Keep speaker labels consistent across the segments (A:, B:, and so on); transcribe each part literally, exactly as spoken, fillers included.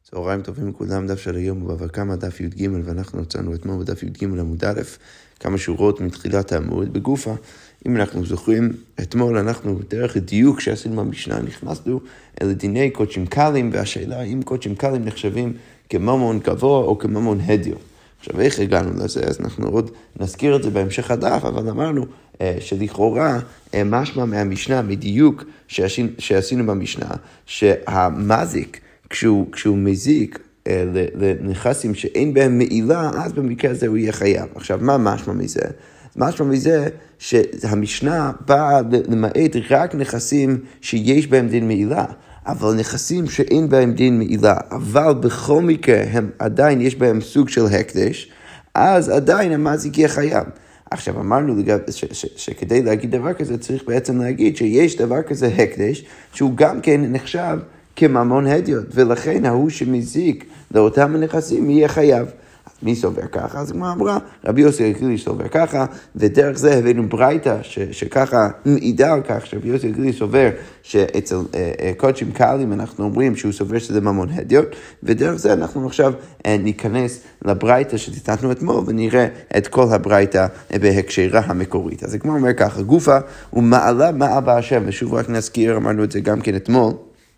A: צהריים טובים לכולם, דף של היום בבא קמא דף י"ג, ואנחנו נוצרנו אתמול בדף י"ג עמוד א', כמה שורות מתחילת העמוד בגופה. אם אנחנו זוכרים, אתמול אנחנו דרך הדיוק שעשינו במשנה נכנסנו אל דיני קודשים קלים, והשאלה אם קודשים קלים נחשבים כממון גבוה או כממון הדיוט. עכשיו איך הגענו לזה? אז אנחנו עוד נזכיר את זה בהמשך הדף, אבל אמרנו אה, שלכאורה אה, משמע מהמשנה, מדיוק שעשינו, שעשינו במשנה, שהמזיק כשהוא, כשהוא מזיק אה, לנכסים שאין בהם מעילה, אז במקרה הזה הוא יהיה חייב. עכשיו, מה משמע מזה? משמע מזה שהמשנה באה למעט רק נכסים שיש בהם דין מעילה, אבל נכסים שאין בהם דין מעילה, אבל בכל מקרה הם עדיין יש בהם סוג של הקדש, אז עדיין המזיק יהיה חייב. עכשיו אמרנו לגב, ש, ש, שכדי להגיד דבר כזה צריך בעצם להגיד שיש דבר כזה הקדש, שהוא גם כן נחשב כממון הדיוט, ולכן ההוא שמזיק לאותם הנכסים יהיה חייב. אז מי סובר ככה? אז כמו אמרה, רבי יוסי הגלילי סובר ככה, ודרך זה הבאנו ברייתא ש, שככה מעידה על כך, שרבי יוסי הגלילי סובר שאצל אה, אה, קודשים קלים אנחנו אומרים שהוא סובר שזה ממון הדיוט, ודרך זה אנחנו עכשיו אה, ניכנס לברייתא שציטטנו אתמול, ונראה את כל הברייתא אה, בהקשרה המקורית. אז כמו אומר ככה, גופה הוא מעלה מעל בהשם, ושוב רק נזכיר, אמרנו את זה גם כן אתמול,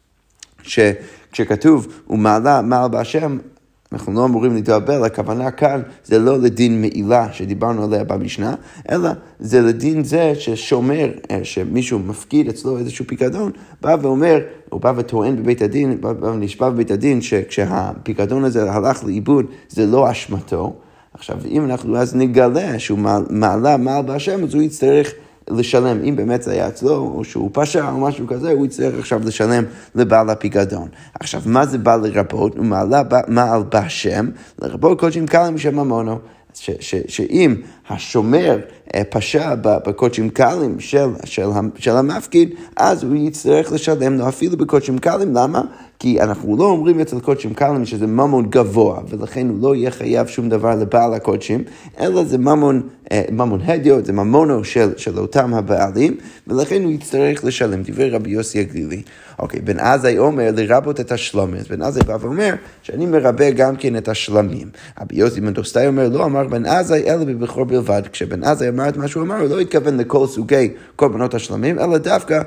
A: שכשכתוב הוא מעלה מעל בהשם, אנחנו לא אמורים לדבר, הכוונה כאן זה לא לדין מעילה שדיברנו עליה במשנה, אלא זה לדין זה ששומר, שמישהו מפקיד אצלו איזשהו פיקדון, בא ואומר, הוא בא וטוען בבית הדין, בא ונשבע בבית הדין, שכשהפיקדון הזה הלך לאיבוד, זה לא אשמתו. עכשיו, אם אנחנו אז נגלה שהוא מעלה מעל בהשם, אז הוא יצטרך לשלם, אם באמת זה היה אצלו, או שהוא פשע או משהו כזה, הוא יצטרך עכשיו לשלם לבעל הפיקדון. עכשיו, מה זה בא לרבות? הוא מעלה מעל בהשם, לרבות קודשים קלים שממונו. ש, ש, שאם השומר פשע בקודשים קלים של, של, של המפקיד, אז הוא יצטרך לשלם לו אפילו בקודשים קלים. למה? כי אנחנו לא אומרים אצל קודשים קלים שזה ממון גבוה, ולכן הוא לא יהיה חייב שום דבר לבעל הקודשים, אלא זה ממון, ממון הדיוט, זה ממונו של, של אותם הבעלים, ולכן הוא יצטרך לשלם. דברי רבי יוסי הגלילי. אוקיי, בן עזאי אומר לרבות את השלמים, אז בן עזאי בא ואומר שאני מרבה גם כן את השלמים. רבי יוסי מנדוסטאי אומר, לא אמר בן עזאי אלא בבכור בלבד. כשבן עזאי אמר את מה שהוא אמר, הוא לא התכוון לכל סוגי קורבנות השלמים, אלא דווקא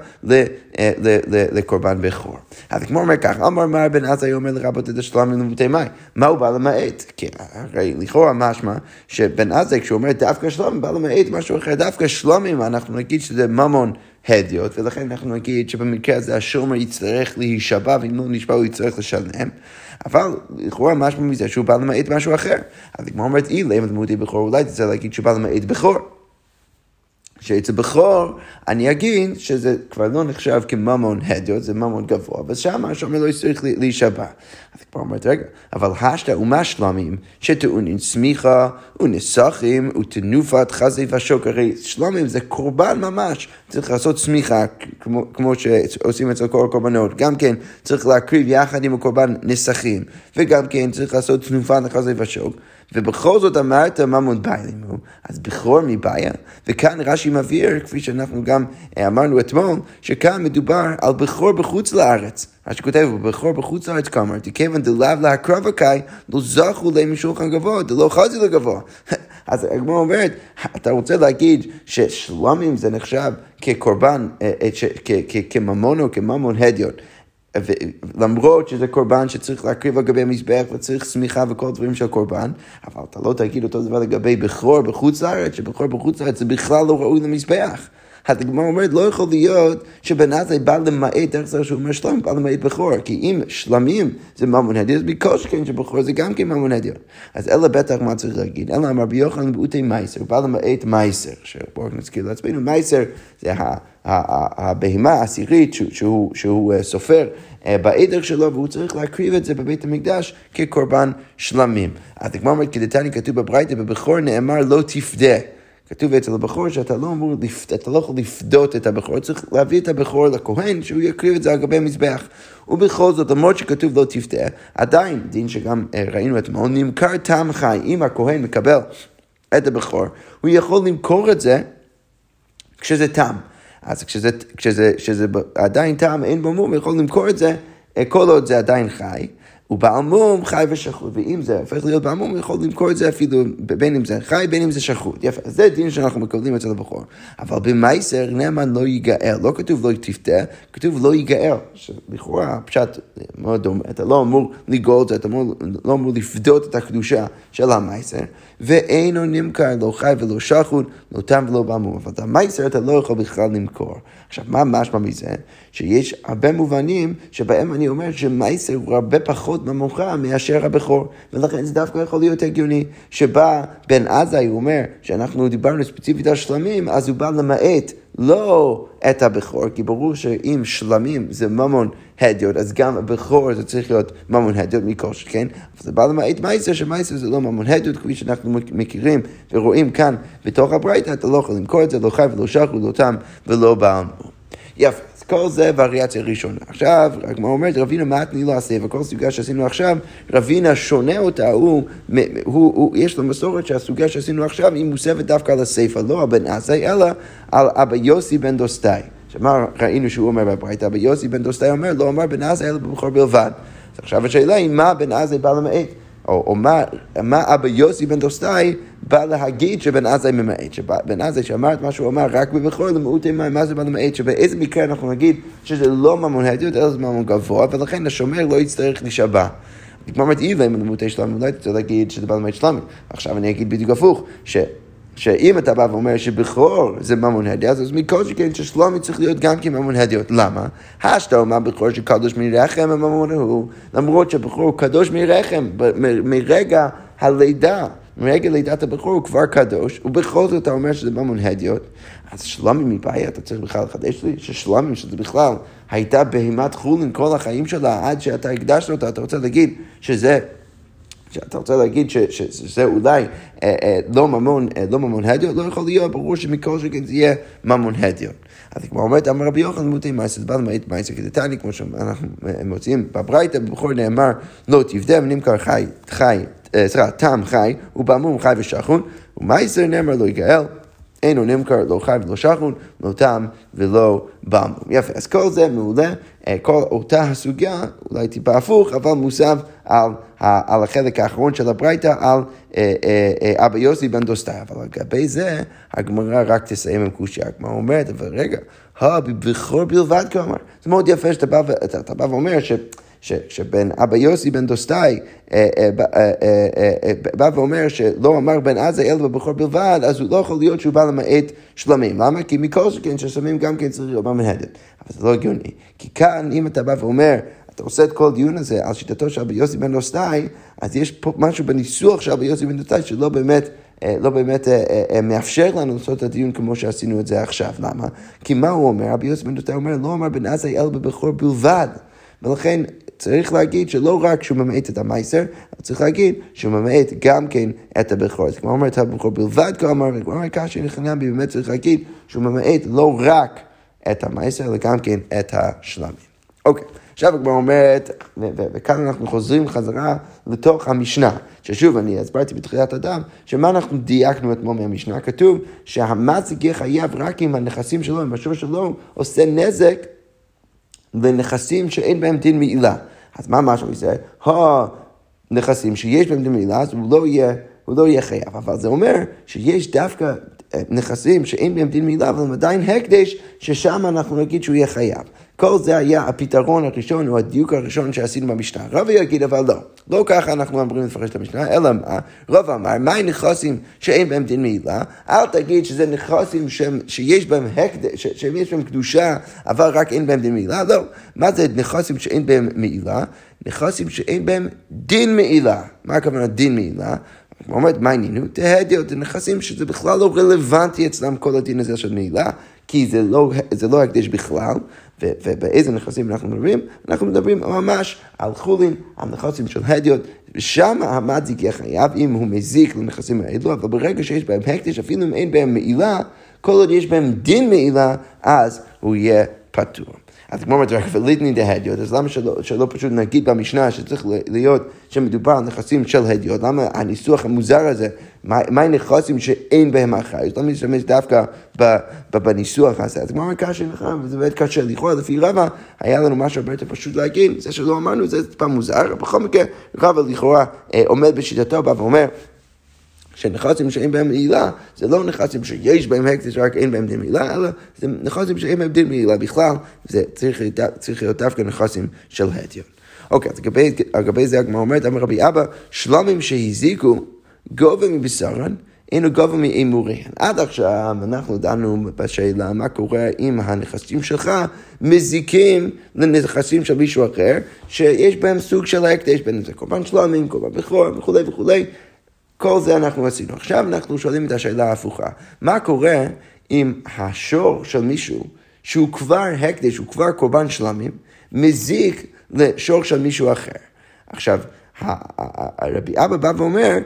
A: לקורבן בכור. אז כמו אומר כך, אמר מר בן עזאי אומר לרבות את השלמים למותי מי. מה הוא בא למעט? כי הרי לכאורה משמע שבן עזאי כשהוא אומר דווקא שלמים, בא למעט משהו אחר, דווקא שלמים, אנחנו נגיד שזה ממון הדיוט, ולכן אנחנו נגיד שבמקרה הזה השומר יצטרך להישבע, ואם לא נשבע הוא יצטרך לשלם, אבל לכאורה משהו מזה שהוא בא למעט משהו אחר. אז כמו אומרת, אילם למותי בכור, אולי תצטרך להגיד שהוא בא למעט בכור. שאצל בכור, אני אגיד שזה כבר לא נחשב כממון הדיוט, זה ממון גבוה, ושם השומר לא יצטרך להישבע. אז כבר אומרת, רגע, אבל השתה ומה שלמים, שטעונים סמיכה ונסחים ותנופת חזי ושוק, הרי שלמים זה קורבן ממש, צריך לעשות סמיכה, כמו, כמו שעושים אצל כל הקורבנות, גם כן צריך להקריב יחד עם הקורבן נסחים, וגם כן צריך לעשות תנופת חזי ושוק, ובכל זאת אמרת ממון ביילים הוא, אז בכור מבעיה, וכאן רש"י מבהיר, כפי שאנחנו גם אמרנו אתמול, שכאן מדובר על בכור בחוץ לארץ. רש"י כותב, בכור בחוץ לארץ כאמר, תכיוון דלאו להקרב הקי, לא זכו להם משולחן גבוה, דלא חזי לגבוה. אז הגמרא אומרת, אתה רוצה להגיד ששלמים זה נחשב כקורבן, כממון או כממון הדיוט, למרות שזה קורבן שצריך להקריב על גבי המזבח וצריך סמיכה וכל דברים של קורבן, אבל אתה לא תגיד אותו דבר לגבי בכור בחוץ לארץ, שבכור בחוץ לארץ זה בכלל לא ראוי למזבח. הגמרא אומרת, לא יכול להיות שבן עזאי בא למעט, דרך זה שהוא אומר שלמים, בא למעט בכור, כי אם שלמים זה ממון הדיוט, אז בכל שכן שבכור זה גם כן ממון הדיוט. אז אלא בטח מה צריך להגיד? אלא אמר רבי יוחנן באותי מייסר, בא למעט מייסר, שבואו נזכיר לעצמנו, מייסר זה הבהמה העשירית שהוא סופר בעדר שלו, והוא צריך להקריב את זה בבית המקדש כקורבן שלמים. אז הגמרא אומרת, כדתני כתוב בברייתא, בבכור נאמר לא תפדה. כתוב אצל הבכור שאתה לא אמור, אתה לא יכול לפדות את הבכור, צריך להביא את הבכור לכהן, שהוא יקריב את זה על גבי המזבח. ובכל זאת, למרות שכתוב לא תפדה, עדיין, דין שגם ראינו אתמול, נמכר טעם חי, אם הכהן מקבל את הבכור, הוא יכול למכור את זה כשזה טעם. אז כשזה, כשזה, כשזה עדיין טעם, אין בו מום, הוא יכול למכור את זה, כל עוד זה עדיין חי, ובעל מום חי ושחוט, ואם זה הופך להיות בעל מום, הוא יכול למכור את זה אפילו בין אם זה חי, בין אם זה שחוט. יפה, זה דין שאנחנו מקבלים אצל הבחור. אבל במייסר נאמר לא ייגאל, לא כתוב לא תפתה, כתוב לא ייגאל, שלכאורה פשט מאוד דומה, אתה לא אמור לגאול, אתה לא אמור לפדות את הקדושה של המייסר, ואינו נמכר, לא חי ולא שחוט, לא תם ולא בעל מום, אבל את המייסר אתה לא יכול בכלל למכור. עכשיו, מה משמע מזה? שיש הרבה מובנים שבהם אני אומר שמייסר הוא הרבה פחות ממוכר מאשר הבכור, ולכן זה דווקא יכול להיות הגיוני, שבא בן עזאי, הוא אומר שאנחנו דיברנו ספציפית על שלמים, אז הוא בא למעט לא את הבכור, כי ברור שאם שלמים זה ממון הדיוט, אז גם הבכור זה צריך להיות ממון הדיוט מכל שכן, אבל זה בא למעט מייסר, שמייסר זה לא ממון הדיוט, כפי שאנחנו מכירים ורואים כאן בתוך הברייתא, אתה לא יכול למכור את זה, לא חי ולא שחוט, לא תם ולא בעל מום. יפה. כל זה וריאציה ראשונה. עכשיו, כמו אומרת, רבינה מתני לא עשה, וכל סוגיה שעשינו עכשיו, רבינה שונה אותה, הוא, הוא, הוא, הוא, יש לו מסורת שהסוגיה שעשינו עכשיו, היא מוספת דווקא על הספר, לא על בן עזאי, אלא על אבא יוסי בן דוסטאי. שמה ראינו שהוא אומר בברייתא, אבא יוסי בן דוסטאי אומר, לא אומר בן עזאי, אלא בבכור בלבד. אז עכשיו השאלה היא, מה בן עזאי בא למעט? או, או מה, מה אבא יוסי בן דוסטאי בא להגיד שבן עזאי ממעט, שבן עזאי שאמר את מה שהוא אמר רק בבכור למעוטי מים, מה זה בא למעט, שבאיזה מקרה אנחנו נגיד שזה לא ממון הדיוט, אלא זה ממון גבוה, ולכן השומר לא יצטרך להישבע. כמו אומרת, אילא אם למעוטי שלמים, אולי אתה צריך להגיד שזה בא למעט שלמים. עכשיו אני אגיד בדיוק הפוך, ש... שאם אתה בא ואומר שבכור זה ממון הדיוט, אז מכל שכן ששלומי צריך להיות גם כממון הדיוט. למה? השתה אומר בכור שקדוש מרחם הממון הוא, למרות שבכור קדוש מרחם, מרגע הלידה, מרגע לידת הבכור הוא כבר קדוש, ובכל זאת אתה אומר שזה ממון הדיוט, אז שלומי מבעיה, אתה צריך בכלל לחדש לי, ששלומי שזה בכלל הייתה בהימת חולין כל החיים שלה, עד שאתה הקדשת אותה, אתה רוצה להגיד שזה, אתה רוצה להגיד ש, ש, שזה אולי אה, אה, לא ממון, אה, לא ממון הדיוט, לא יכול להיות, ברור שמכל שכן זה יהיה ממון הדיוט. אז כמו אומרת, אמר רבי יוחנן מוטי מייסר, זה בא למעט מייסר כדתני, כמו שאנחנו מוצאים בברייתא, בבכור נאמר, לא תפדה ונמכר חי, חי, סליחה, תם חי, ובעל מום חי ושחוט, ומייסר נאמר לא יגאל, אינו נמכר, לא חי ולא שחוט, לא תם ולא בעל מום. יפה, אז כל זה מעולה, כל אותה הסוגיה, אולי טיפה הפוך, אבל מוסף על, על החלק האחרון של הברייתא, על אבא יוסי בן דוסטאי. אבל לגבי זה, הגמרא רק תסיים עם קושיה. הגמרא אומרת, אבל רגע, בבכור בלבד כלומר. זה מאוד יפה שאתה בא, אתה בא ואומר ש... שבן אבא יוסי בן דוסטאי בא ואומר שלא אמר בן עזאי אלא בבכור בלבד, אז הוא לא יכול להיות שהוא בא למעט שלמים. למה? כי מכל שכן ששלמים גם כן צריך להיות ממון הדיוט. אבל זה לא הגיוני. כי כאן אם אתה בא ואומר, אתה עושה את כל הדיון הזה על שיטתו של אבא יוסי בן דוסטאי, אז יש פה משהו בניסוח של אבא יוסי בן דוסטאי שלא באמת לא באמת מאפשר לנו לעשות את הדיון כמו שעשינו את זה עכשיו. למה? כי מה הוא אומר? אבא יוסי בן דוסטאי אומר, לא אמר בן עזאי אלא בבכור בלבד. ולכן צריך להגיד שלא רק שהוא ממעט את המייסר, אבל צריך להגיד שהוא ממעט גם כן את הבכור. אז כמו אומרת הבכור בלבד, כלומר, כמו אומרת כאשר נכנע בי, באמת צריך להגיד שהוא ממעט לא רק את המייסר, אלא גם כן את השלמים. אוקיי, עכשיו כבר אומרת, וכאן אנחנו חוזרים חזרה לתוך המשנה, ששוב אני הסברתי בתחילת אדם, שמה אנחנו דייקנו אתמול מהמשנה, כתוב שהמזיק יהיה חייב רק אם הנכסים שלו, אם השור שלו עושה נזק, לנכסים שאין בהם דין מעילה. אז מה משהו זה? הנכסים שיש בהם דין מעילה, אז הוא לא יהיה, הוא לא יהיה חייב. אבל זה אומר שיש דווקא נכסים שאין בהם דין מעילה, אבל הם עדיין הקדש, ששם אנחנו נגיד שהוא יהיה חייב. כל זה היה הפתרון הראשון, או הדיוק הראשון שעשינו במשנה. רב יגיד, אבל לא. לא ככה אנחנו אמורים לפרש את המשנה, אלא מה? רב אמר, מה נכסים שאין בהם דין מעילה? אל תגיד שזה נכסים שיש בהם הקדש, שיש בהם קדושה, אבל רק אין בהם דין מעילה. לא. מה זה נכסים שאין בהם מעילה? נכסים שאין בהם דין מעילה. מה הכוונה דין מעילה? הוא אומר, מה עניינו? תהדיוט, זה נכסים שזה בכלל לא רלוונטי אצלם כל הדין הזה של מעילה, כי זה לא, זה לא הקדש בכלל, ו- ובאיזה נכסים אנחנו מדברים? אנחנו מדברים ממש על חולין, על נכסים של הדיוט, ושם המזיק יהיה חייב אם הוא מזיק לנכסים האלו, אבל ברגע שיש בהם הקדש, אפילו אם אין בהם מעילה, כל עוד יש בהם דין מעילה, אז הוא יהיה פטור. אז כמו אומרת, רק וליתני דהדיוט, אז למה שלא, שלא פשוט נגיד במשנה שצריך להיות שמדובר על נכסים של הדיוט? למה הניסוח המוזר הזה, מה, מה נכסים שאין בהם אחריות? למה להשתמש דווקא בניסוח הזה? אז כמו אומרת, קשה לך, וזה באמת קשה לכאורה, לפי רבא, היה לנו משהו הרבה יותר פשוט להגיד, זה שלא אמרנו, זה טיפה מוזר, בכל מקרה, רבא לכאורה עומד בשיטתו, בא ואומר, שנכסים שאין בהם מעילה, זה לא נכסים שיש בהם הקדש, רק אין בהם דין מעילה, אלא זה נכסים שאין בהם דין מעילה בכלל, זה צריך, צריך להיות דווקא נכסים של הדיוט. אוקיי, אז לגבי זה הגמרא אומרת, אמר רבי אבא, שלמים שהזיקו, גובה מבשרן, אינו גובה מאמוריהן. עד עכשיו אנחנו דנו בשאלה מה קורה אם הנכסים שלך מזיקים לנכסים של מישהו אחר, שיש בהם סוג של הקדש, בין זה קורבן שלמים, קורבן בכור וכו' וכו'. כל זה אנחנו עשינו. עכשיו אנחנו שואלים את השאלה ההפוכה. מה קורה אם השור של מישהו, שהוא כבר הקדש, הוא כבר קורבן שלמים, מזיק לשור של מישהו אחר? עכשיו, הרבי אבא בא ואומר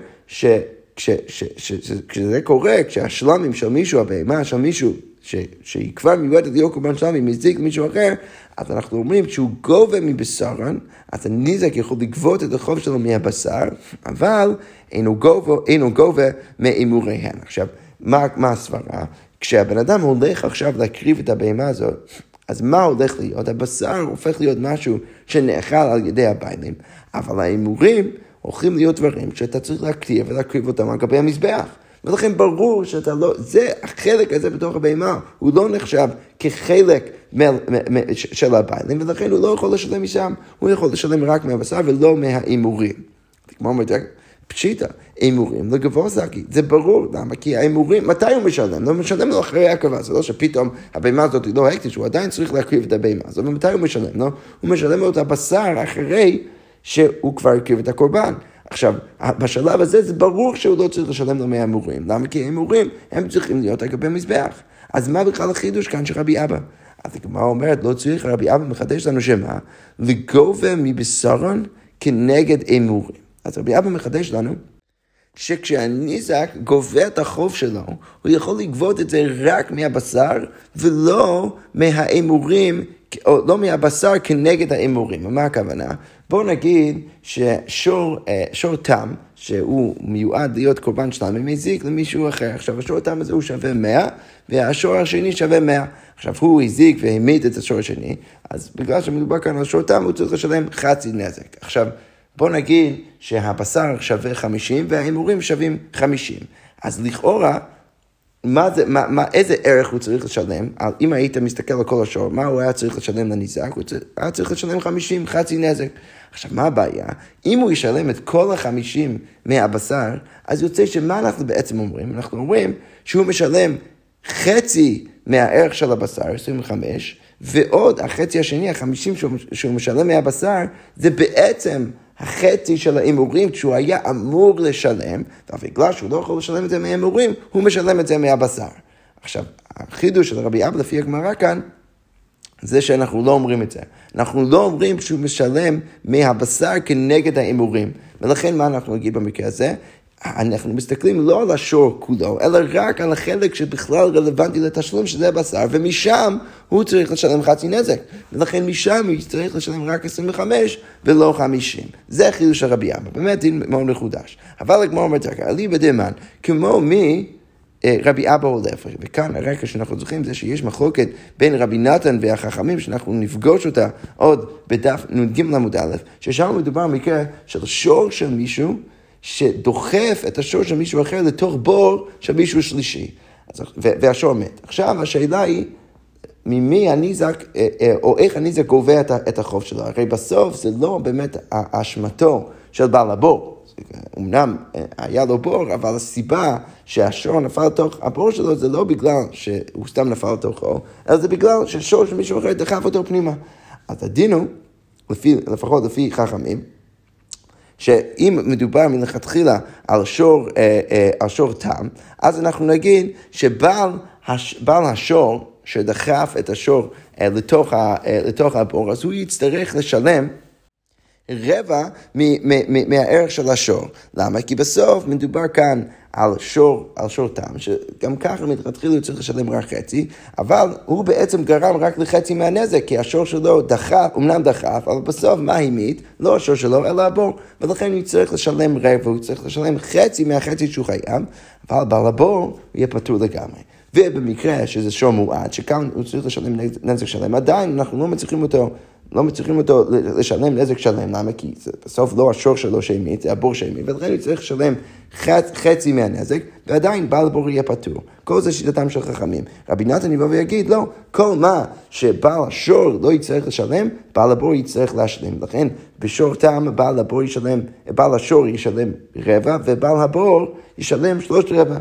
A: שכשזה קורה, כשהשלמים של מישהו, הבהמה של מישהו, שהיא כבר מיועדת להיות קורבן שלמים, מזיק למישהו אחר, אז אנחנו אומרים שהוא גובה מבשרן, אז הנזק יכול לגבות את החוב שלו מהבשר, אבל אינו גובה, אינו גובה מאמוריהן. עכשיו, מה, מה הסברה? כשהבן אדם הולך עכשיו להקריב את הבהמה הזאת, אז מה הולך להיות? הבשר הופך להיות משהו שנאכל על ידי הבעלים, אבל האמורים הולכים להיות דברים שאתה צריך להקריב ולהקריב אותם על גבי המזבח. ולכן ברור שאתה לא, זה, החלק הזה בתוך הבהמה, הוא לא נחשב כחלק מ, מ, מ, של הבעלים, ולכן הוא לא יכול לשלם משם, הוא יכול לשלם רק מהבשר ולא מהאמורים. כמו אומרת, פשיטה, אמורים לגבוה זקי, זה ברור, למה? כי האמורים, מתי הוא משלם? לא משלם לו אחרי הקרבה, זה לא שפתאום הבהמה הזאת היא לא הקדש, הוא עדיין צריך להקריב את הבהמה הזאת, ומתי הוא משלם? לא? הוא משלם לו את הבשר אחרי שהוא כבר הקריב את הקורבן. עכשיו, בשלב הזה זה ברור שהוא לא צריך לשלם לו מהאמורים. למה? כי האמורים הם צריכים להיות על גבי המזבח. אז מה בכלל החידוש כאן של רבי אבא? אז הגמרא אומרת, לא צריך, רבי אבא מחדש לנו שמה, לגובה מבשרן כנגד אמורים. אז רבי אבא מחדש לנו, שכשהניזק גובה את החוב שלו, הוא יכול לגבות את זה רק מהבשר, ולא מהאמורים, או לא מהבשר כנגד האמורים. מה הכוונה? בואו נגיד ששור שור תם, שהוא מיועד להיות קורבן שלם, מזיק למישהו אחר. עכשיו, השור תם הזה הוא שווה מאה, והשור השני שווה מאה. עכשיו, הוא הזיק והמיד את השור השני, אז בגלל שמדובר כאן על שור תם, הוא צריך לשלם חצי נזק. עכשיו, בואו נגיד שהבשר שווה חמישים, והאמורים שווים חמישים. אז לכאורה, מה זה, מה, מה, איזה ערך הוא צריך לשלם? אם היית מסתכל על כל השור, מה הוא היה צריך לשלם לניזק? הוא היה צריך לשלם חמישים, חצי נזק. עכשיו, מה הבעיה? אם הוא ישלם את כל החמישים מהבשר, אז יוצא שמה אנחנו בעצם אומרים? אנחנו אומרים שהוא משלם חצי מהערך של הבשר, עשרים וחמש, ועוד החצי השני, החמישים שהוא משלם מהבשר, זה בעצם החצי של האמורים, כשהוא היה אמור לשלם, ובגלל שהוא לא יכול לשלם את זה מהאמורים, הוא משלם את זה מהבשר. עכשיו, החידוש של רבי אבא לפי הגמרא כאן, זה שאנחנו לא אומרים את זה. אנחנו לא אומרים שהוא משלם מהבשר כנגד האמורים. ולכן מה אנחנו נגיד במקרה הזה? אנחנו מסתכלים לא על השור כולו, אלא רק על החלק שבכלל רלוונטי לתשלום שזה הבשר, ומשם הוא צריך לשלם חצי נזק. ולכן משם הוא צריך לשלם רק עשרים וחמש ולא חמישים. זה חידוש הרבי אבא, באמת דין מאוד מחודש. אבל כמו אומרת, עלי בדמן, כמו מי רבי אבא הולך, וכאן הרקע שאנחנו זוכרים זה שיש מחלוקת בין רבי נתן והחכמים, שאנחנו נפגוש אותה עוד בדף נ"ג עמוד א', ששם מדובר מקרה של שור של מישהו, שדוחף את השור של מישהו אחר לתוך בור של מישהו שלישי, והשור מת. עכשיו השאלה היא, ממי הניזק, או איך הניזק גובה את החוב שלו? הרי בסוף זה לא באמת האשמתו של בעל הבור. אמנם היה לו בור, אבל הסיבה שהשור נפל לתוך הבור שלו, זה לא בגלל שהוא סתם נפל לתוכו, אלא זה בגלל ששור של מישהו אחר דחף אותו פנימה. אז הדין הוא, לפחות לפי חכמים, שאם מדובר מלכתחילה על שור, על שור תם, אז אנחנו נגיד שבעל בעל השור שדחף את השור לתוך, לתוך הבור, אז הוא יצטרך לשלם רבע מהערך של השור. למה? כי בסוף מדובר כאן על שור, על שור תם, שגם ככה מתחיל הוא צריך לשלם רק חצי, אבל הוא בעצם גרם רק לחצי מהנזק, כי השור שלו דחף, אמנם דחף, אבל בסוף מה המית? לא השור שלו, אלא הבור, ולכן הוא צריך לשלם רבע, הוא צריך לשלם חצי מהחצי שהוא חייב, אבל בעל הבור הוא יהיה פטור לגמרי. ובמקרה שזה שור מועד, שכאן הוא צריך לשלם נזק שלם, עדיין אנחנו לא מצליחים אותו, לא מצליחים אותו לשלם נזק שלם, למה? כי זה בסוף לא השור שלו שהמית, זה הבור שהמית, ולכן הוא צריך לשלם חצ, חצי מהנזק, ועדיין בעל הבור יהיה פטור. כל זה שיטתם של חכמים. רבי נתן יבוא ויגיד, לא, כל מה שבעל השור לא יצטרך לשלם, בעל הבור יצטרך להשלים. לכן בשור תם בעל הבור ישלם, בעל השור ישלם רבע, ובעל הבור ישלם שלושת רבע.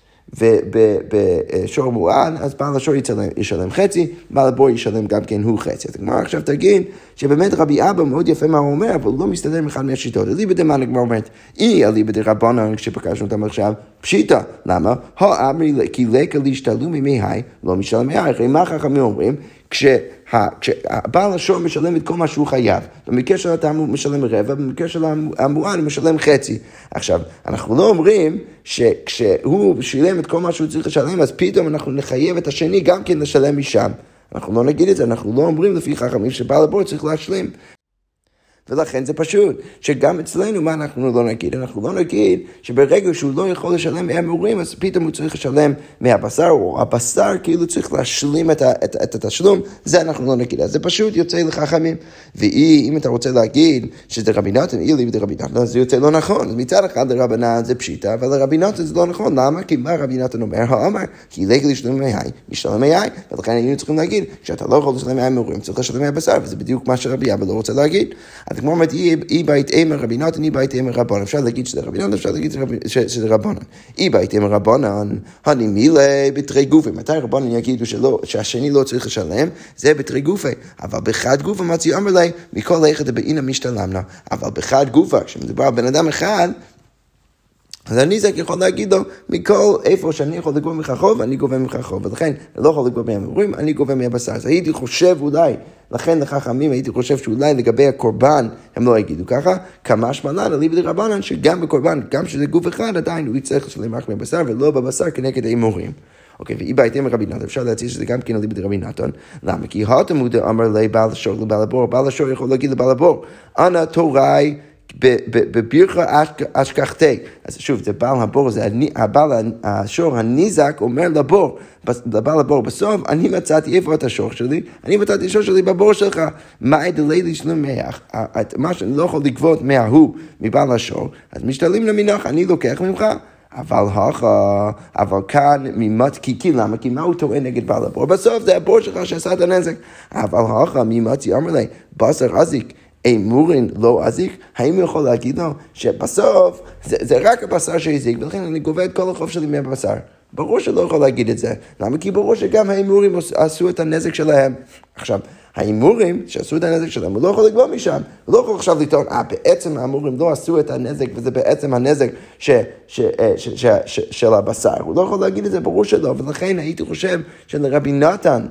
A: ובשור מועד, אז בעל השור ישלם, ישלם חצי, בעל הבור ישלם גם כן הוא חצי. אז הגמרא עכשיו תגיד שבאמת רבי אבא מאוד יפה מה הוא אומר, אבל הוא לא מסתדר עם אחד מהשיטות. אליבא דמן הגמרא אומרת, אי אליבא דרבנן, כשפגשנו אותם עכשיו, פשיטה. למה? האמרי כי לקה להשתלו ממי היי, לא משלם מי היי. אחרי מה חכמים אומרים? כשהבעל השור משלם את כל מה שהוא חייב, במקרה של התם הוא משלם רבע, במקרה של המועד הוא משלם חצי. עכשיו, אנחנו לא אומרים שכשהוא שילם את כל מה שהוא צריך לשלם, אז פתאום אנחנו נחייב את השני גם כן לשלם משם. אנחנו לא נגיד את זה, אנחנו לא אומרים לפי חכמים שבעל הבור צריך להשלים. ולכן זה פשוט, שגם אצלנו מה אנחנו לא נגיד? אנחנו לא נגיד שברגע שהוא לא יכול לשלם מהמורים, אז פתאום הוא צריך לשלם מהבשר, או הבשר כאילו צריך להשלים את, את, את התשלום, זה אנחנו לא נגיד. אז זה פשוט יוצא לחכמים. ואם אתה רוצה להגיד שזה רבי נתן, אי לי רבי נתן, אז זה יוצא לא נכון. אז מצד אחד לרבנן זה פשיטה, אבל לרבי נתן זה לא נכון. למה? כי מה רבי נתן אומר? האמר, כי לקה לשלם מהי, משלם מהי. ולכן היינו צריכים להגיד שאתה לא יכול לשלם מהמורים, צריך לשלם מהבשר, וזה בדיוק מה שרבי אבא לא רוצה להגיד. אז כמו אומרת, אי בית אמר רבי נתן, אי בית אמר רבנן. אפשר להגיד שזה רבי נתן, אפשר להגיד שזה רבנן. אי בית אמר רבנן, הני מילי בתרי גופי. מתי רבנן יגידו שלא, שהשני לא צריך לשלם? זה בתרי גופי. אבל בחד גופה מציא אמר לי, מכל היכד הבאינה משתלמנה. אבל בחד גופה, כשמדובר על בן אדם אחד, אז אני זה יכול להגיד לו, מכל איפה שאני יכול לגבור ממך חוב, אני גובה ממך חוב. ולכן, אני לא יכול לגבור מהמורים, אני גובה מהבשר. אז הייתי חושב אולי, לכן לחכמים הייתי חושב שאולי לגבי הקורבן, הם לא יגידו ככה, כמה שמלן, אליבא דרבנן, שגם בקורבן, גם שזה גוף אחד, עדיין הוא יצטרך לשלם רק מהבשר, ולא בבשר כנגד ההימורים. אוקיי, ואי בהתאם רבי נתן, אפשר להציע שזה גם כן אליבא דרבי נתן. למה? כי התלמוד אמר לבעל השור לבעל הבור, בעל השור יכול להגיד לבעל הבור, אנא תוראי בבירכה אשכחתי. אז שוב, זה בעל הבור, זה הבעל השור הניזק אומר לבור, לבעל הבור, בסוף אני מצאתי איפה את השור שלי, אני מצאתי את השור שלי בבור שלך, מה אדלי לשלם מח, מה שאני לא יכול לגבות מההוא מבעל השור, אז משתלים למינך, אני לוקח ממך. אבל הכה, אבל כאן מימת, כי, כי למה? כי מה הוא טוען נגד בעל הבור? בסוף זה הבור שלך שעשה את הנזק. אבל הכה, מימת יאמר לי, בשר אזיק, אמורין לא אזיק, האם הוא יכול להגיד לו שבסוף זה, זה רק הבשר שהזיק, ולכן אני גובה את כל החוב שלי מהבשר. ברור שלא יכול להגיד את זה. למה? כי ברור שגם האמורים עשו את הנזק שלהם. עכשיו, האמורים שעשו את הנזק שלהם, הוא לא יכול לגבור משם. הוא לא יכול עכשיו לטעון, אה, בעצם האמורים לא עשו את הנזק, וזה בעצם הנזק ש, ש, ש, ש, ש, של הבשר. הוא לא יכול להגיד את זה, ברור שלא, ולכן הייתי חושב שלרבי נתן,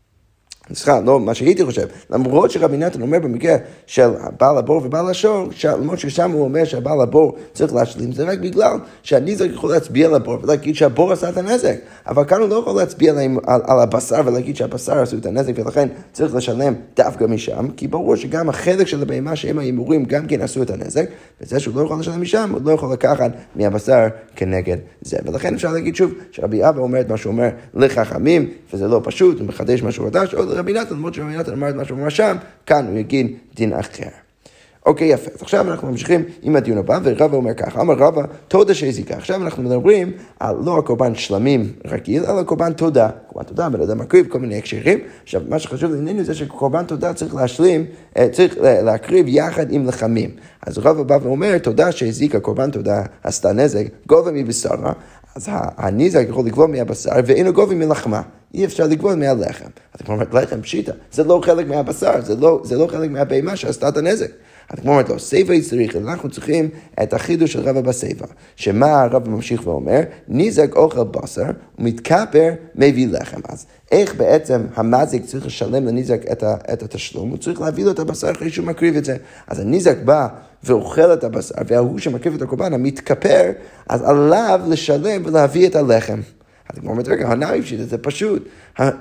A: סליחה, לא מה שהייתי חושב, למרות שרבי נתן אומר במקרה של בעל הבור ובעל השור, למרות ששם הוא אומר שהבעל הבור צריך להשלים, זה רק בגלל שהניזק יכול להצביע על הבור ולהגיד שהבור עשה את הנזק, אבל כאן הוא לא יכול להצביע על, על, על הבשר ולהגיד שהבשר עשו את הנזק, ולכן צריך לשלם דווקא משם, כי ברור שגם החלק של הבהמה שהם האמורים גם כן עשו את הנזק, וזה שהוא לא יכול לשלם משם, הוא לא יכול לקחת מהבשר כנגד זה, ולכן אפשר להגיד שוב שרבי אבא אומר את מה שהוא אומר לחכמים, וזה לא פשוט, הוא מחדש משהו חדש, או רבי נתן, למרות שרבי נתן אמר את מה שהוא אמר שם, כאן הוא יגיד דין אחר. אוקיי, יפה. אז עכשיו אנחנו ממשיכים עם הדיון הבא, ורבא אומר ככה, אמר רבא, תודה שהזיקה. עכשיו אנחנו מדברים על לא הקורבן שלמים רגיל, אלא קורבן תודה. קורבן תודה, בן אדם מקריב כל מיני הקשרים. עכשיו, מה שחשוב לענייננו זה שקורבן תודה צריך להשלים, צריך להקריב יחד עם לחמים. אז רבא בא ואומר, תודה שהזיקה, קורבן תודה, עשתה נזק, גובה מבשרה, אז הניזק יכול לגבור מהבשר, ואינו גובה מלחמה. אי אפשר לגבות מהלחם. אז כמו אומרת, לחם פשיטה, זה לא חלק מהבשר, זה לא, זה לא חלק מהבהמה שעשתה את הנזק. כמו אומרת לו, סייבה צריך, אנחנו צריכים את החידוש של רבא בסייבה, שמה הרב ממשיך ואומר, ניזק אוכל בשר ומתכפר מביא לחם. אז איך בעצם המזיק צריך לשלם לניזק את, ה, את התשלום? הוא צריך להביא לו את הבשר אחרי שהוא מקריב את זה. אז הניזק בא ואוכל את הבשר, והוא שמקריב את הקורבן, המתכפר, אז עליו לשלם ולהביא את הלחם. אז כמו אומרת, רגע, הנאי פשיט, זה פשוט.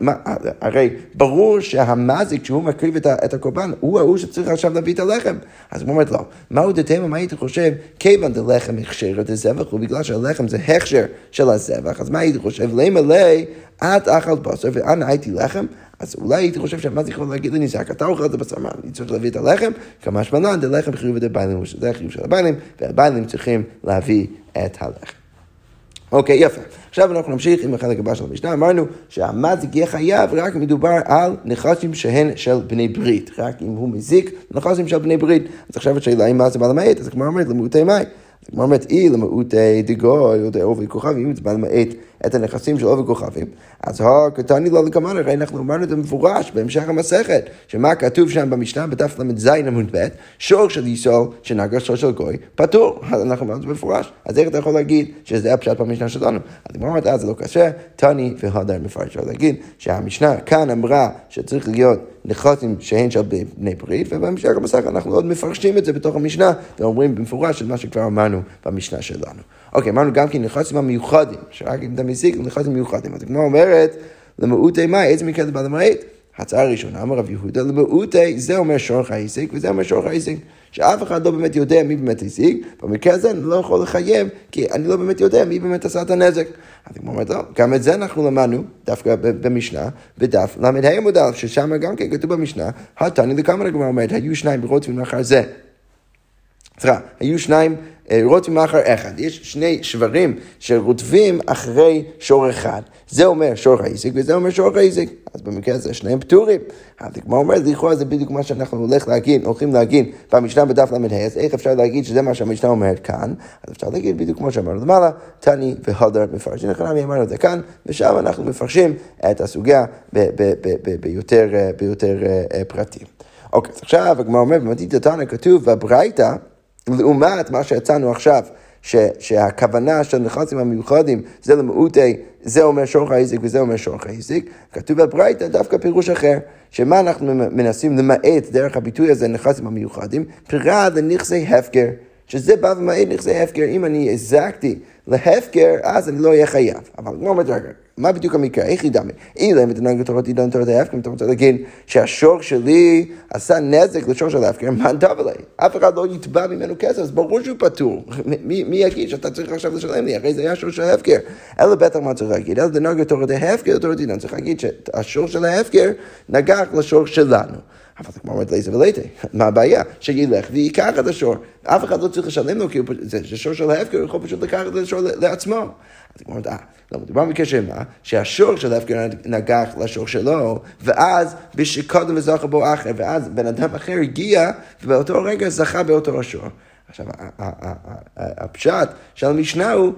A: הרי ברור שהמזיק, כשהוא מקריב את הקורבן, הוא ההוא שצריך עכשיו להביא את הלחם. אז כמו אומרת, לא. מהו דתמה, מה היית חושב? כיוון דלחם הכשר את הזבח, ובגלל שהלחם זה הכשר של הזבח, אז מה היית חושב? למלא, את אכלת בשר, ואנה הייתי לחם? אז אולי הייתי חושב שהמזיק יכול להגיד לניזק, אתה אוכל את הבשר, מה, אני צריך להביא את הלחם? כמה שמלן, דלחם חיוב את הביילים, שזה החיוב של הביילים, והביילים צריכים להביא את הלחם. אוקיי, יפה. עכשיו אנחנו נמשיך עם החלק הבא של המשנה. אמרנו שהמזיק יהיה חייב רק אם מדובר על נכסים שהן של בני ברית. רק אם הוא מזיק, נכסים של בני ברית. אז עכשיו השאלה היא מה זה בעל המעט, אז כמו אומרת, למעוטי מים. אז כמו אומרת, אי למעוטי דגוי או דעובי כוכבים, אם זה בעל המעט את הנכסים של עובי כוכבים, אז הקטני לא לקמן, הרי אנחנו אמרנו את זה מפורש בהמשך המסכת, שמה כתוב שם במשנה בדף למד עמוד ב', שור של ישראל שנגע שור של גוי, פטור. אז אנחנו אמרנו את זה מפורש. אז איך אתה יכול להגיד שזה הפשט במשנה שלנו? אז כמו אומרת, אז זה לא קשה, תני והדר מפרש. אפשר להגיד שהמשנה כאן אמרה שצריך להיות נכסים שהן של בני ברית, ובהמשך המסכת אנחנו עוד מפרשים את זה בתוך המשנה, ואומרים במפורש את מה שכבר אמרנו במשנה שלנו. אוקיי, אמרנו גם כי נכסים המיוחדים, שרק אם אתה מזיק, נכסים מיוחדים. אז כמו אומרת, למעוטי מה, איזה מקרה זה בעל המעט? הצעה הראשונה, אמר רב יהודה, למעוטי, זה אומר שור חייסיק, וזה אומר שור חייסיק, שאף אחד לא באמת יודע מי באמת הסיק, במקרה הזה אני לא יכול לחייב, כי אני לא באמת יודע מי באמת עשה את הנזק. אז כמו אומרת, לא, גם את זה אנחנו למדנו, דווקא במשנה, בדף למד עמוד א', ששם גם כן כתוב במשנה, התני לכמה הגמרא אומרת, היו שניים ברודפים אחר זה. סליחה, היו שניים רודפים אחר אחד. יש שני שברים שרודפים אחרי שור אחד. זה אומר שור חייסיק וזה אומר שור חייסיק. אז במקרה הזה שניהם פטורים. אז כמו אומר, לכאורה זה בדיוק מה שאנחנו הולך להגיד, הולכים להגיד במשנה בדף למד ה', אז איך אפשר להגיד שזה מה שהמשנה אומרת כאן? אז אפשר להגיד בדיוק כמו שאמרנו למעלה, תני והדר מפרשים. אנחנו אמרנו את זה כאן, ושם אנחנו מפרשים את הסוגיה ביותר פרטים. אוקיי, אז עכשיו הגמרא אומר, במתית התנא כתוב בברייתא, לעומת מה שיצאנו עכשיו, ש, שהכוונה של נכסים המיוחדים זה למעוטי, זה אומר שור חייסיק וזה אומר שור חייסיק, כתוב בברייתא דווקא פירוש אחר, שמה אנחנו מנסים למעט דרך הביטוי הזה נכסים המיוחדים, פרט לנכסי הפקר, שזה בא ומעט נכסי הפקר, אם אני הזקתי להפקר, אז אני לא אהיה חייב. אבל כמו אומרת, מה בדיוק המקרה? איך ידמה? אילא אם תנהג לתורת עידן תורת ההפקר, אם אתה רוצה להגיד שהשור שלי עשה נזק לשור של ההפקר, מה נטב עליי? אף אחד לא יתבע ממנו כסף, אז ברור שהוא פטור. מי, מי יגיד שאתה צריך עכשיו לשלם לי? אחרי זה היה שור של ההפקר. אלא בטח מה צריך להגיד? אלא תנהג לתורת ההפקר, לתורת עידן. צריך להגיד שהשור של ההפקר נגח לשור שלנו. אבל זה כמו אומרת ליזה וליטה. מה הבעיה? שילך ויקח את השור. אף אחד לא צריך לשלם לו, כי זה שור של ההפקר, הוא יכול פשוט לקח את השור לעצמו. אז כמו אומרת, אה, לא מדובר בקשר מה? שהשור של ההפקר נגח לשור שלו, ואז בשקודם וזכה בו אחר, ואז בן אדם אחר הגיע, ובאותו רגע זכה באותו השור. עכשיו, הפשט של המשנה הוא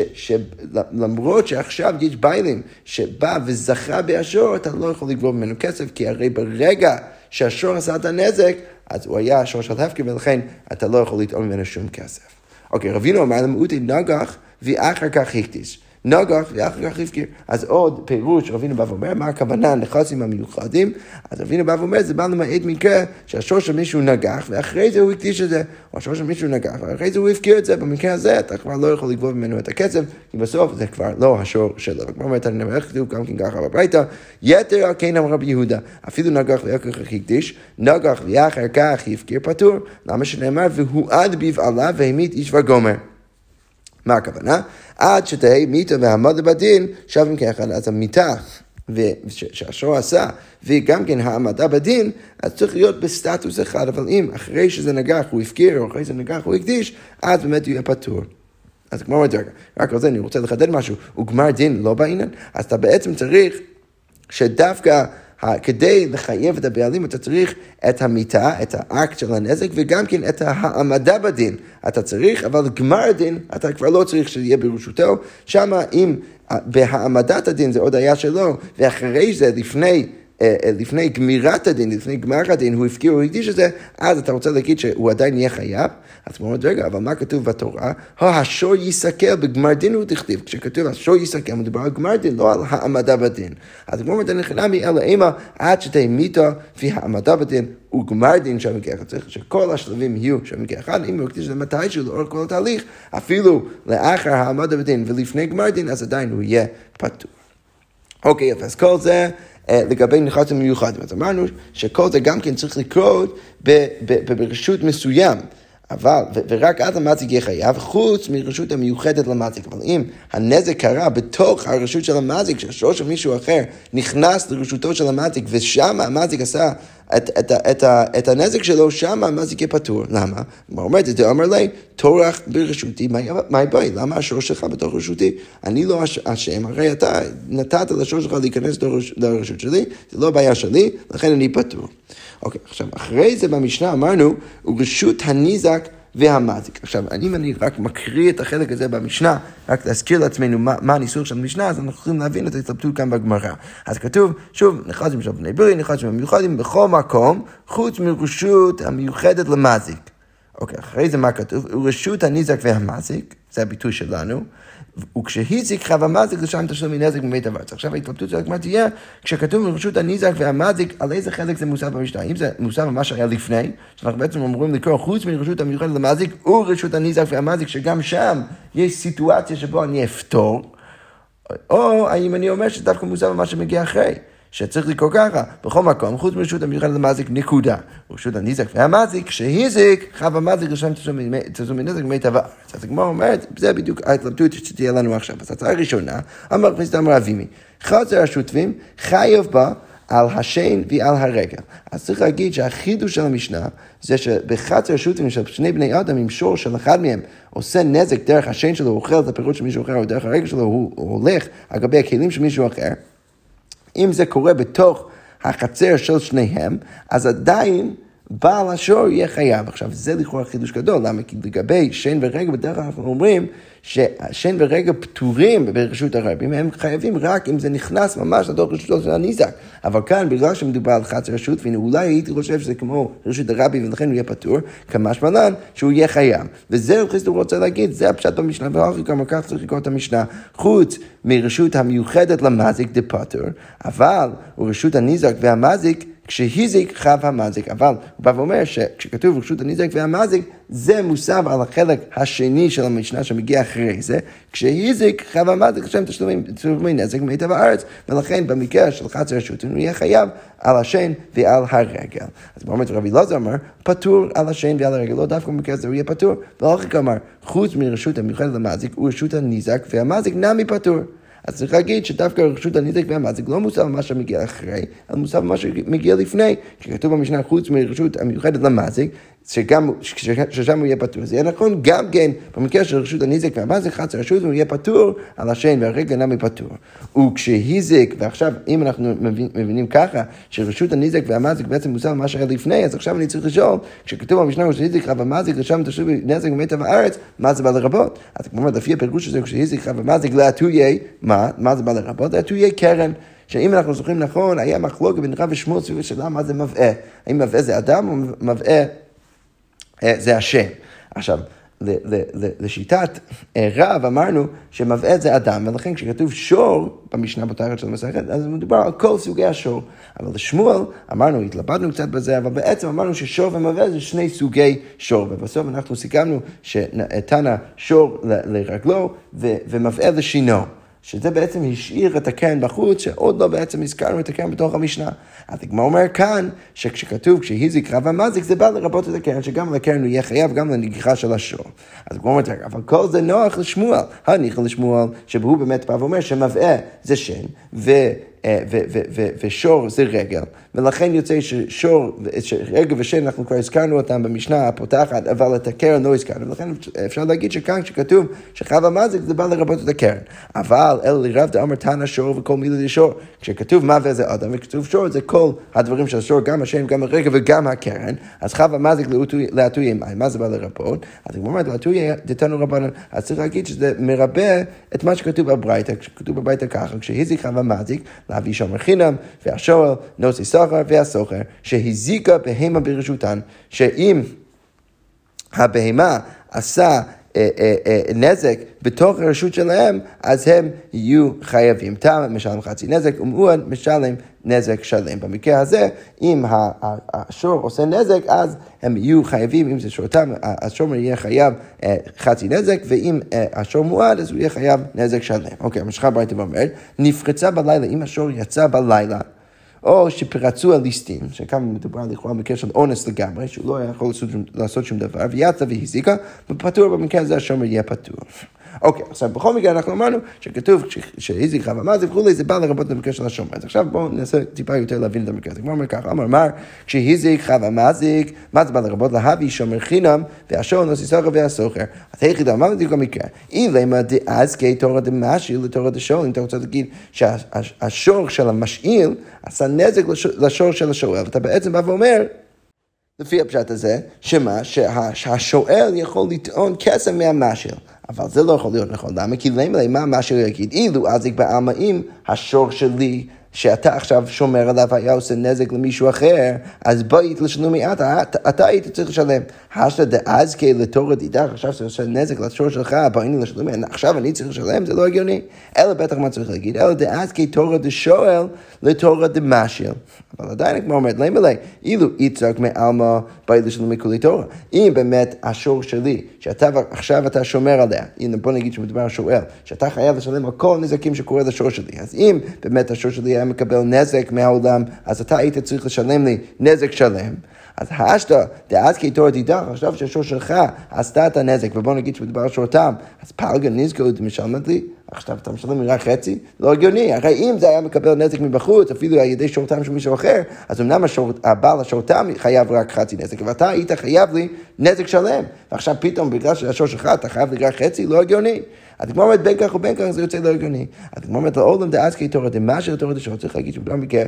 A: שלמרות שעכשיו יש ביילים שבא וזכה בהשור, אתה לא יכול לגבור ממנו כסף, כי הרי ברגע שהשור עשה את הנזק, אז הוא היה השור של ההפקר, ולכן אתה לא יכול לטעון ממנו שום כסף. אוקיי, רבינו אמר למעוטי נגח, ואחר כך הקדיש. נגח ואחר כך הפקיר. אז עוד פירוש, רבינו בא ואומר, מה הכוונה נכסים המיוחדים? אז רבינו בא ואומר, זה בא למעט מקרה שהשור של מישהו נגח, ואחרי זה הוא הקדיש את זה, או השור של מישהו נגח, ואחרי זה הוא הפקיר את זה, במקרה הזה אתה כבר לא יכול לגבות ממנו את הכסף, כי בסוף זה כבר לא השור שלו. וכמו אומרת, אני נמרך כתוב גם כן ככה בברייתא, יתר על כן אמר רבי יהודה, אפילו נגח ואחר כך הקדיש, נגח ואחר כך הפקיר פטור, למה שנאמר, והוא עד בבעלה והמית איש וגומר. מה הכוונה? עד שתהי מיתה והעמדה בדין, שווים כאחד, אז המיתה שהשור עשה, וגם כן העמדה בדין, אז צריך להיות בסטטוס אחד, אבל אם אחרי שזה נגח הוא הפקיר, או אחרי שזה נגח הוא הקדיש, אז באמת יהיה פטור. אז כמו אומרת, רק על זה אני רוצה לחדד משהו, הוא גמר דין לא בעניין, אז אתה בעצם צריך שדווקא, כדי לחייב את הבעלים, אתה צריך את המיטה, את האקט של הנזק, וגם כן את העמדה בדין. אתה צריך, אבל גמר הדין, אתה כבר לא צריך שיהיה ברשותו. שמה, אם בהעמדת הדין זה עוד היה שלו, ואחרי זה, לפני לפני גמירת הדין, לפני גמר הדין, הוא הפקיר, הוא הקדיש את זה, אז אתה רוצה להגיד שהוא עדיין יהיה חייב? אז הוא אומר, רגע, אבל מה כתוב בתורה? השור יסכל בגמר דין הוא תכתיב. כשכתוב השור יסכל, מדובר על גמר דין, לא על העמדה בדין. אז הוא אומר, דנכנמי אלא אימה, עד שתמיתו לפי העמדה בדין, הוא גמר דין שם מגיע. צריך שכל השלבים יהיו שם מגיע אחד, אם הוא הקדיש את זה מתישהו לאורך כל התהליך, אפילו לאחר העמדה בדין ולפני גמר דין, אז עדיין הוא יהיה פטור. אוקיי, אז כל זה לגבי נחלתם מיוחדים. אז אמרנו שכל זה גם כן צריך לקרות ברשות מסוים. אבל, ורק אז המזיק יהיה חייב, חוץ מרשות המיוחדת למזיק. אבל אם הנזק קרה בתוך הרשות של המזיק, שהשור של מישהו אחר נכנס לרשותו של המזיק, ושם המזיק עשה את, את, את, את, את הנזק שלו, שם המזיק יהיה פטור. למה? הוא אומר, זה אומר לי, תורך ברשותי, מה יבואי? למה השור שלך בתוך רשותי? אני לא אשם, הרי אתה נתת לשור שלך להיכנס לרשות שלי, זה לא בעיה שלי, לכן אני פטור. אוקיי, עכשיו, אחרי זה במשנה אמרנו, הוא רשות הניזק והמזיק. עכשיו, אם אני רק מקריא את החלק הזה במשנה, רק להזכיר לעצמנו מה, מה הניסוח של המשנה, אז אנחנו יכולים להבין את ההתלבטות כאן בגמרא. אז כתוב, שוב, נחלתם של בני ברי, נחלתם המיוחדים בכל מקום, חוץ מרשות המיוחדת למזיק. אוקיי, אחרי זה מה כתוב? הוא רשות הניזק והמזיק, זה הביטוי שלנו, וכשהזיק חב המזיק לשם תשלום מנזק מבית אבות. עכשיו ההתלבטות של הגמרא תהיה, כשכתוב רשות הניזק והמזיק, על איזה חלק זה מוסף במשנה? אם זה מוסף מה שהיה לפני, שאנחנו בעצם אמורים לקרוא חוץ מרשות המיוחדת למזיק, ורשות הניזק והמזיק, שגם שם יש סיטואציה שבו אני אפתור, או האם אני אומר שדווקא מוסף מה שמגיע אחרי. שצריך לקרוא ככה, בכל מקום, חוץ מרשות המיוחדת למזיק, נקודה. רשות הניזק והמזיק, שהזיק, חב המזיק לשם תשלום מנזק מבית אבות. אז הגמרא אומרת, זה בדיוק ההתלבטות שתהיה לנו עכשיו. אז ההצעה הראשונה, אמר כנסת אמר אבימי, חצר השותפים חייב בה על השן ועל הרגל. אז צריך להגיד שהחידוש של המשנה, זה שבחצר השותפים של שני בני אדם, עם שור של אחד מהם, עושה נזק דרך השן שלו, הוא אוכל את הפירות של מישהו אחר, או דרך הרגל שלו, הוא הולך על גבי הכלים של מישהו אחר. אם זה קורה בתוך החצר של שניהם, אז עדיין בעל השור יהיה חייב. עכשיו, זה לכאורה חידוש גדול, למה? כי לגבי שן ורגל, בדרך כלל אנחנו אומרים ששן ורגל פטורים ברשות הרבים, הם חייבים רק אם זה נכנס ממש לתוך רשותו של הניזק. אבל כאן, בגלל שמדובר על חצר רשות, ואולי הייתי חושב שזה כמו רשות הרבים, ולכן הוא יהיה פטור, כמשמע לן שהוא יהיה חייב. וזה חיסטו רוצה להגיד, זה הפשט במשנה, ואחר כך כך צריך לקרוא את המשנה, חוץ מרשות המיוחדת למזיק דפטור, אבל רשות הניזק והמזיק, כשהזיק חב המזיק, אבל הוא בא ואומר שכשכתוב רשות הניזק והמזיק, זה מוסב על החלק השני של המשנה שמגיע אחרי זה, כשהזיק חב המזיק, לשם תשלומי נזק מיטב הארץ, ולכן במקרה של חצר רשות, הוא יהיה חייב על השן ועל הרגל. אז באמת רבי אלעזר אמר, פטור על השן ועל הרגל, לא דווקא במקרה הזה הוא יהיה פטור, ואחר כך אמר, חוץ מרשות המיוחדת למזיק, הוא רשות הניזק והמזיק נמי פטור. אז צריך להגיד שדווקא רשות הניזק והמזיק לא מוסף מה שמגיע אחרי, אלא מוסף מה שמגיע לפני, כשכתוב במשנה חוץ מרשות המיוחדת למזיק, שגם, ששם הוא יהיה פטור. זה יהיה נכון גם כן במקרה של רשות הניזק והמזיק, חצר רשות הוא יהיה פטור על השן והרגל נמי פטור. וכשהזיק, ועכשיו אם אנחנו מבינים ככה, שרשות הניזק והמזיק בעצם מוסף מה שהיה לפני, אז עכשיו אני צריך לשאול, כשכתוב במשנה כשהזיק חב המזיק לשם תשלום נזק מיטב הארץ, מה זה בא לרבות? אז כמו לפי הפירוש הזה, כשהזיק חב המזיק להטויה, מה? מה זה בא לרבות? להטויה קרן. שאם אנחנו זוכרים נכון, היה מחלוקת בין רב ושמואל סביב השאלה מה זה מבעה. האם מבעה זה אדם או מבעה זה השם. עכשיו, לשיטת רב אמרנו שמבעה זה אדם, ולכן כשכתוב שור במשנה בתארת של המסכת, אז מדובר על כל סוגי השור. אבל לשמואל אמרנו, התלבטנו קצת בזה, אבל בעצם אמרנו ששור ומבעה זה שני סוגי שור, ובסוף אנחנו סיכמנו שנתן שור לרגלו ומבעה לשינו. שזה בעצם השאיר את הקרן בחוץ, שעוד לא בעצם הזכרנו את הקרן בתוך המשנה. אז הגמרא אומר כאן, שכשכתוב, כשהזיק חב המזיק, זה בא לרבות את הקרן, שגם לקרן הוא יהיה חייב, גם לנגיחה של השור. אז הגמרא אומר, אבל כל זה נוח לשמואל, הניח לשמואל, שהוא באמת בא ואומר שמבעה זה שן, ו... ושור זה רגל, ולכן יוצא ששור, רגל ושן, אנחנו כבר הזכרנו אותם במשנה הפותחת, אבל את הקרן לא הזכרנו, ולכן אפשר להגיד שכאן כשכתוב שחב המזיק זה בא לרבות את הקרן, אבל אל לרב דאמר תנא שור וכל מילה לשור, כשכתוב מבעה זה אדם וכתוב שור זה כל הדברים של השור, גם השן, גם הרגל וגם הקרן, אז חב המזיק להטויה, מה זה בא לרבות? אז כמו אומרת, להטויה דתנו רבנן, אז צריך להגיד שזה מרבה את מה שכתוב בברייתא, כשכתוב בברייתא ככה, כשהזיק חב המזיק, להביא שומר חינם, והשואל נושא שכר והסוחר, שהזיקה בהמה ברשותן, שאם הבהמה עשה נזק בתוך הרשות שלהם, אז הם יהיו חייבים. תם משלם חצי נזק, ומועד משלם נזק שלם. במקרה הזה, אם השור עושה נזק, אז הם יהיו חייבים, אם זה שורתם, השור יהיה חייב חצי נזק, ואם השור מועד, אז הוא יהיה חייב נזק שלם. אוקיי, המשכה ברייתא ואומרת, נפרצה בלילה, אם השור יצא בלילה, או שפרצו הליסטים, שכאן מדובר לכאורה במקרה של אונס לגמרי, שהוא לא יכול לעשות שום דבר, ויצא והזיקה, ופטור במקרה הזה השומר יהיה פטור. אוקיי, עכשיו בכל מקרה אנחנו אמרנו שכתוב שהזיק חווה מזיק וכולי, זה בא לרבות במקרה של השומר. אז עכשיו בואו ננסה טיפה יותר להבין את המקרה הזה. כמו אומר ככה, אמר, אמר, כשהזיק חווה מזיק, מה זה בא לרבות? להביא שומר חינם, והשור נושא שכר והסוחר. אז היחידה, מה בדיוק המקרה? אילמה דאז כתורה דמשאיל לתורה דשואל, אם אתה רוצה להגיד שהשור של המשאיל עשה נזק לשור של השואל, ואתה בעצם בא ואומר, לפי הפשט הזה, שמה? שהשואל יכול לטעון קסם מהמשאיל. אבל זה לא יכול להיות נכון. למה? כי למה, מה המשאיל יגיד? אילו אזיק בעלמא, אם השור שלי, שאתה עכשיו שומר עליו, היה עושה נזק למישהו אחר, אז בואי לשלום מעט, אתה היית צריך לשלם. השתא דאזקי לתורה דידך, עכשיו זה עושה נזק לשור שלך, בואי לשלום, עכשיו אני צריך לשלם, זה לא הגיוני. אלא בטח מה צריך להגיד, אלא דאזקי תורה דשואל לתורה דמשאיל. אבל עדיין כמו אומרת, למה לי? אילו יצחק מעלמא, בואי לשלום מכולי תורה. אם באמת השור שלי, שאתה עכשיו אתה שומר עליה, הנה בוא נגיד שמדבר על שואל, שאתה חייב לשלם על כל נזקים שקורה לשור שלי. אז אם באמת השור שלי היה מקבל נזק מהעולם, אז אתה היית צריך לשלם לי נזק שלם. אז השתא דאז כתורה דידך, עכשיו שהשור שלך עשתה את הנזק, ובוא נגיד שמדבר על שורתם, אז פלגה נזקו משלמת לי, עכשיו אתה משלם לי רק חצי, לא הגיוני, הרי אם זה היה מקבל נזק מבחוץ, אפילו על ידי שורתם של מישהו אחר, אז אמנם הבעל השורתם חייב רק חצי נזק, ואתה היית חייב לי נזק שלם, ועכשיו פתאום בגלל שהשור שלך אתה חייב לי רק חצי, לא הגיוני. אז כמו אומרת בין כך ובין כך זה יוצא לא הגיוני. אז כמו אומרת לעולם דאז כתורה דמשאיל לתורה דשואל, צריך להגיד שבכל מקרה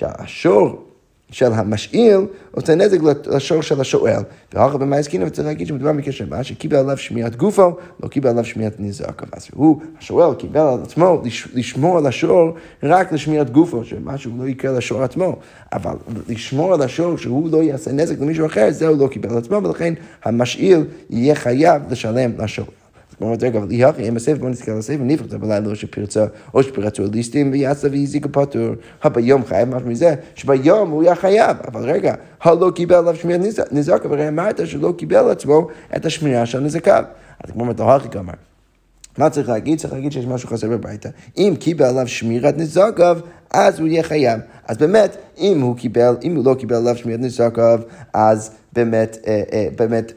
A: שהשור של המשאיל עושה נזק לשור של השואל. ואחר במה הסכינו, וצריך להגיד שמדובר מקרה שמה, שקיבל עליו שמירת גופו, לא קיבל עליו שמירת נזק. אז הוא, השואל, קיבל על עצמו לשמור על השור רק לשמירת גופו, שמשהו לא יקרה לשור עצמו. אבל לשמור על השור שהוא לא יעשה נזק למישהו אחר, זהו לא קיבל על עצמו, ולכן המשאיל יהיה חייב לשלם לשור. כמו אומרת, רגע, אבל יחי, אם הספר, בוא נסתכל על הספר, נפרצה בלילה או שפרצה, או שפרצו הליסטים, ויצא והזיק פטור. ביום חייב משהו מזה, שביום הוא היה חייב, אבל רגע, לא קיבל עליו שמירת נזק, אבל אמרת שלא קיבל על עצמו את השמירה של נזקיו. אז כמו אומרת, הלכי אמר. מה צריך להגיד? צריך להגיד שיש משהו חסר בביתה. אם קיבל עליו שמירת נזקיו, אז הוא יהיה חייב. אז באמת, אם הוא קיבל, אם הוא לא קיבל עליו שמירת נזקיו, אז באמת, באמת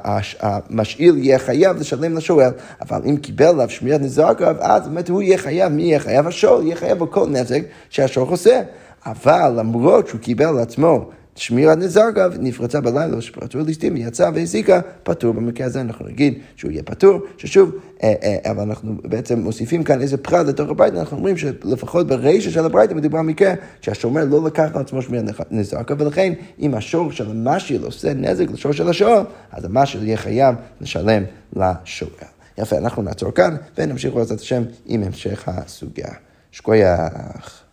A: המשאיל יהיה חייב לשלם לשואל, אבל אם קיבל עליו שמירת נזקיו, אז באמת הוא יהיה חייב, מי יהיה חייב? השואל יהיה חייב בכל נזק שהשואל עושה. אבל למרות שהוא קיבל על עצמו שמירת נזקיו, נפרצה בלילה, שפרצו הליסטים, יצא והזיקה, פטור. במקרה הזה אנחנו נגיד שהוא יהיה פטור, ששוב, אבל אנחנו בעצם מוסיפים כאן איזה פרט לתוך הברייתא, אנחנו אומרים שלפחות ברישא של הברייתא מדובר מקרה שהשומר לא לקח על עצמו שמירת נזקיו, ולכן אם השור של המשאיל עושה נזק לשור של השואל, אז המשאיל יהיה חייב לשלם לשואל. יפה, אנחנו נעצור כאן ונמשיך בעזרת השם עם המשך הסוגיה. שכוייח.